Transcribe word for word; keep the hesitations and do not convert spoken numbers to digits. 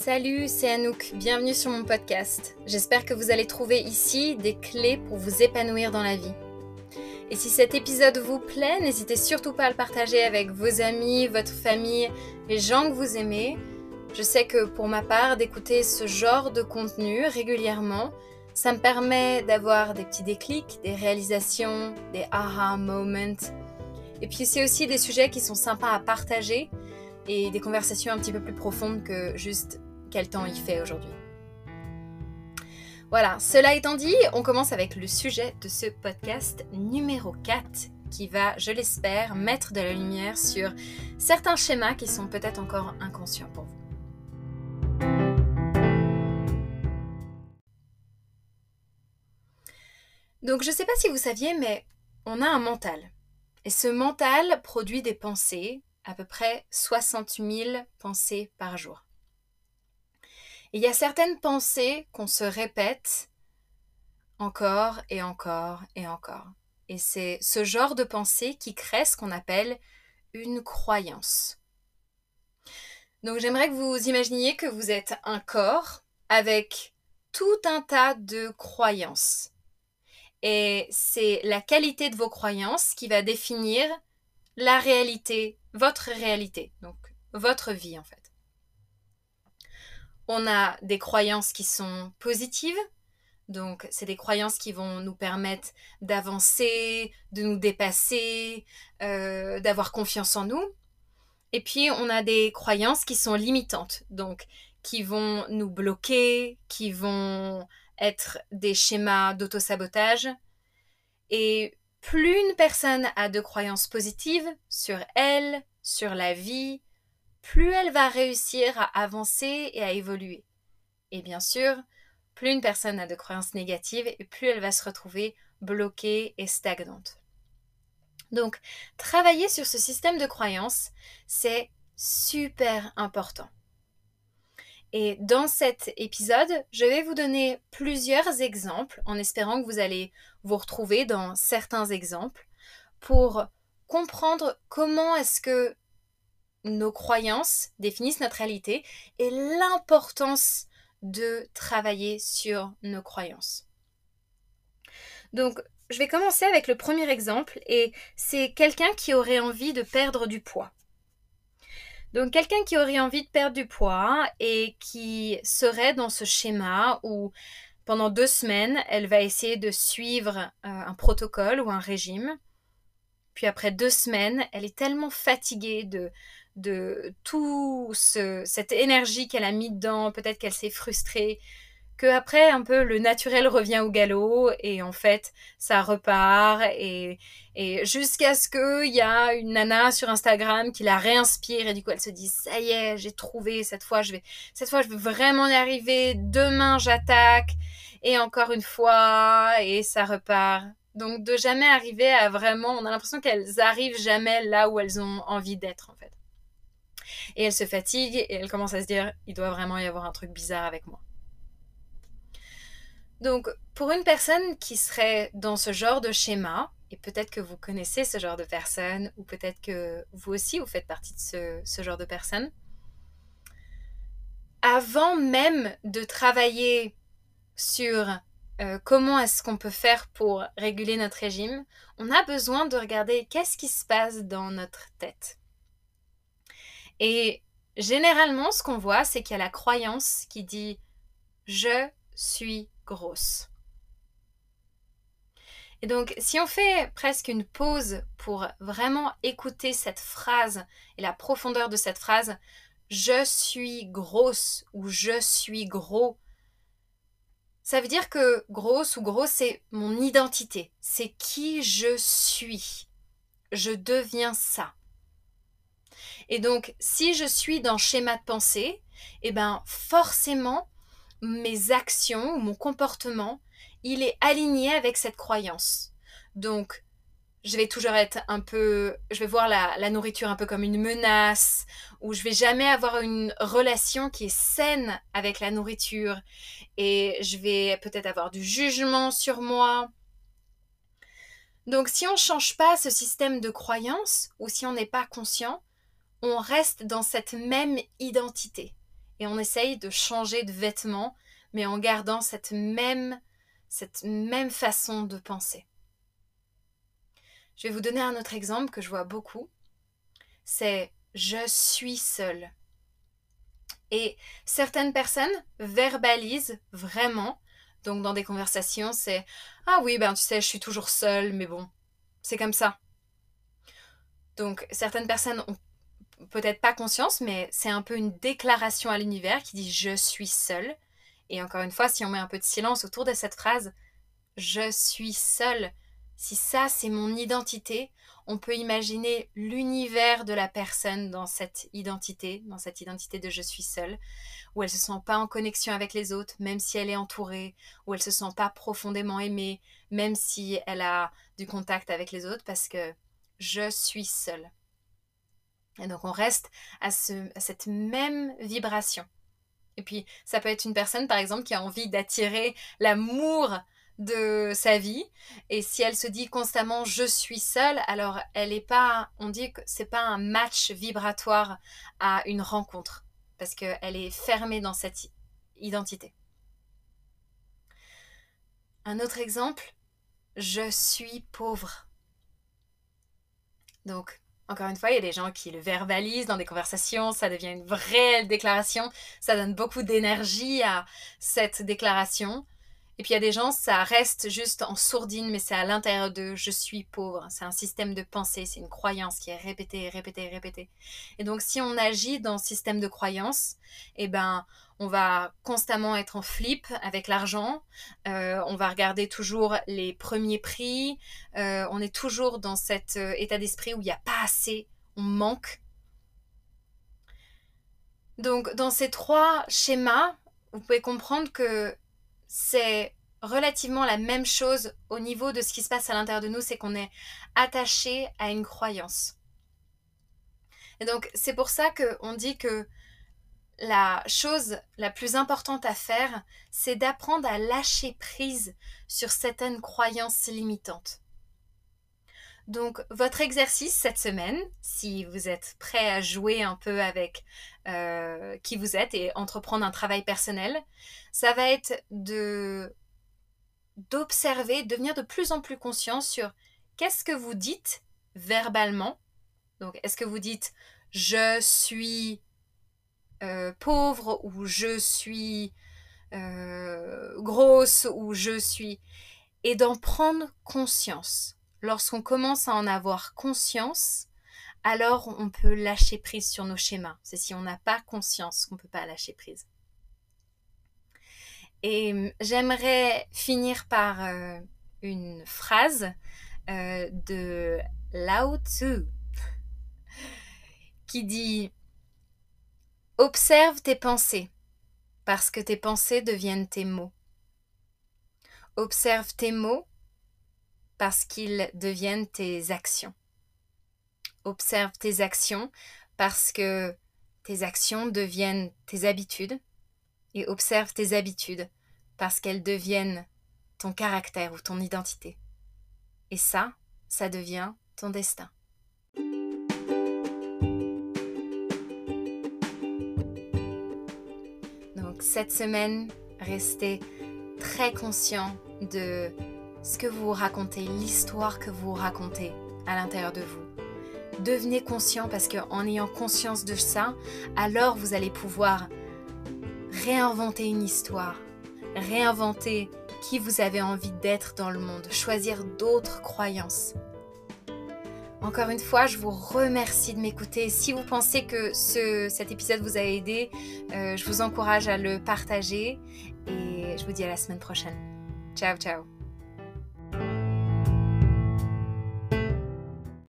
Salut, c'est Anouk, bienvenue sur mon podcast. J'espère que vous allez trouver ici des clés pour vous épanouir dans la vie. Et si cet épisode vous plaît, n'hésitez surtout pas à le partager avec vos amis, votre famille, les gens que vous aimez. Je sais que pour ma part, d'écouter ce genre de contenu régulièrement, ça me permet d'avoir des petits déclics, des réalisations, des aha moments. Et puis c'est aussi des sujets qui sont sympas à partager et des conversations un petit peu plus profondes que juste quel temps il fait aujourd'hui. Voilà, cela étant dit, on commence avec le sujet de ce podcast numéro quatre qui va, je l'espère, mettre de la lumière sur certains schémas qui sont peut-être encore inconscients pour vous. Donc je ne sais pas si vous saviez, mais on a un mental. Et ce mental produit des pensées, à peu près soixante mille pensées par jour. Et il y a certaines pensées qu'on se répète encore et encore et encore. Et c'est ce genre de pensée qui crée ce qu'on appelle une croyance. Donc j'aimerais que vous imaginiez que vous êtes un corps avec tout un tas de croyances. Et c'est la qualité de vos croyances qui va définir la réalité, votre réalité, donc votre vie en fait. On a des croyances qui sont positives, donc c'est des croyances qui vont nous permettre d'avancer, de nous dépasser, euh, d'avoir confiance en nous. Et puis on a des croyances qui sont limitantes, donc qui vont nous bloquer, qui vont être des schémas d'auto-sabotage. Et plus une personne a de croyances positives sur elle, sur la vie, plus elle va réussir à avancer et à évoluer. Et bien sûr, plus une personne a de croyances négatives, et plus elle va se retrouver bloquée et stagnante. Donc, travailler sur ce système de croyances, c'est super important. Et dans cet épisode, je vais vous donner plusieurs exemples, en espérant que vous allez vous retrouver dans certains exemples, pour comprendre comment est-ce que nos croyances définissent notre réalité et l'importance de travailler sur nos croyances. Donc, je vais commencer avec le premier exemple et c'est quelqu'un qui aurait envie de perdre du poids. Donc, quelqu'un qui aurait envie de perdre du poids et qui serait dans ce schéma où pendant deux semaines, elle va essayer de suivre euh, un protocole ou un régime. Puis après deux semaines, elle est tellement fatiguée de, de toute ce, cette énergie qu'elle a mis dedans, peut-être qu'elle s'est frustrée, qu'après un peu le naturel revient au galop et en fait ça repart et, et jusqu'à ce qu'il y a une nana sur Instagram qui la réinspire et du coup elle se dit ça y est, j'ai trouvé, cette fois je vais, cette fois je vais vraiment y arriver, demain j'attaque et encore une fois et ça repart. Donc de jamais arriver à vraiment, on a l'impression qu'elles arrivent jamais là où elles ont envie d'être en fait. Et elles se fatiguent et elles commencent à se dire, il doit vraiment y avoir un truc bizarre avec moi. Donc pour une personne qui serait dans ce genre de schéma, et peut-être que vous connaissez ce genre de personne, ou peut-être que vous aussi vous faites partie de ce, ce genre de personne, avant même de travailler sur Euh, comment est-ce qu'on peut faire pour réguler notre régime, on a besoin de regarder qu'est-ce qui se passe dans notre tête. Et généralement, ce qu'on voit, c'est qu'il y a la croyance qui dit « je suis grosse ». Et donc, si on fait presque une pause pour vraiment écouter cette phrase et la profondeur de cette phrase « je suis grosse » ou « je suis gros », ça veut dire que grosse ou gros, c'est mon identité. C'est qui je suis. Je deviens ça. Et donc, si je suis dans schéma de pensée, eh ben, forcément, mes actions ou mon comportement, il est aligné avec cette croyance. Donc, je vais toujours être un peu, je vais voir la, la nourriture un peu comme une menace, ou je vais jamais avoir une relation qui est saine avec la nourriture, et je vais peut-être avoir du jugement sur moi. Donc si on ne change pas ce système de croyance, ou si on n'est pas conscient, on reste dans cette même identité. et on essaye de changer de vêtements, mais en gardant cette même, cette même façon de penser. Je vais vous donner un autre exemple que je vois beaucoup. C'est « je suis seule ». Et certaines personnes verbalisent vraiment. Donc dans des conversations, c'est « ah oui, ben tu sais, je suis toujours seule, mais bon, c'est comme ça ». Donc certaines personnes ont peut-être pas conscience, mais c'est un peu une déclaration à l'univers qui dit « je suis seule ». Et encore une fois, si on met un peu de silence autour de cette phrase « je suis seule », si ça c'est mon identité, on peut imaginer l'univers de la personne dans cette identité, dans cette identité de « je suis seule », où elle ne se sent pas en connexion avec les autres, même si elle est entourée, où elle ne se sent pas profondément aimée, même si elle a du contact avec les autres, parce que « je suis seule ». Et donc on reste à, ce, à cette même vibration. Et puis ça peut être une personne par exemple qui a envie d'attirer l'amour de sa vie, et si elle se dit constamment je suis seule, alors elle est pas, on dit que c'est pas un match vibratoire à une rencontre, parce qu'elle est fermée dans cette identité. Un autre exemple, je suis pauvre. Donc encore une fois, il y a des gens qui le verbalisent dans des conversations, ça devient une vraie déclaration, ça donne beaucoup d'énergie à cette déclaration. Et puis il y a des gens, ça reste juste en sourdine, mais c'est à l'intérieur d'eux, je suis pauvre. C'est un système de pensée, c'est une croyance qui est répétée, répétée, répétée. Et donc si on agit dans ce système de croyance, eh ben, on va constamment être en flip avec l'argent, euh, on va regarder toujours les premiers prix, euh, on est toujours dans cet euh, état d'esprit où il n'y a pas assez, on manque. Donc dans ces trois schémas, vous pouvez comprendre que c'est relativement la même chose au niveau de ce qui se passe à l'intérieur de nous, c'est qu'on est attaché à une croyance. Et donc c'est pour ça qu'on dit que la chose la plus importante à faire, c'est d'apprendre à lâcher prise sur certaines croyances limitantes. Donc votre exercice cette semaine, si vous êtes prêt à jouer un peu avec euh, qui vous êtes et entreprendre un travail personnel, ça va être de d'observer, devenir de plus en plus conscient sur qu'est-ce que vous dites verbalement. Donc est-ce que vous dites je suis euh, pauvre ou je suis euh, grosse ou je suis, et d'en prendre conscience. Lorsqu'on commence à en avoir conscience, alors on peut lâcher prise sur nos schémas. C'est si on n'a pas conscience qu'on ne peut pas lâcher prise. Et j'aimerais finir par euh, une phrase euh, de Lao Tzu qui dit « Observe tes pensées, parce que tes pensées deviennent tes mots. Observe tes mots, parce qu'ils deviennent tes actions. Observe tes actions, parce que tes actions deviennent tes habitudes. Et observe tes habitudes, parce qu'elles deviennent ton caractère ou ton identité. Et ça, ça devient ton destin. » Donc cette semaine, restez très conscient de ce que vous vous racontez, l'histoire que vous vous racontez à l'intérieur de vous. Devenez conscient, parce qu'en ayant conscience de ça, alors vous allez pouvoir réinventer une histoire, réinventer qui vous avez envie d'être dans le monde, choisir d'autres croyances. Encore une fois, je vous remercie de m'écouter. Si vous pensez que ce, cet épisode vous a aidé, euh, je vous encourage à le partager et je vous dis à la semaine prochaine. Ciao, ciao.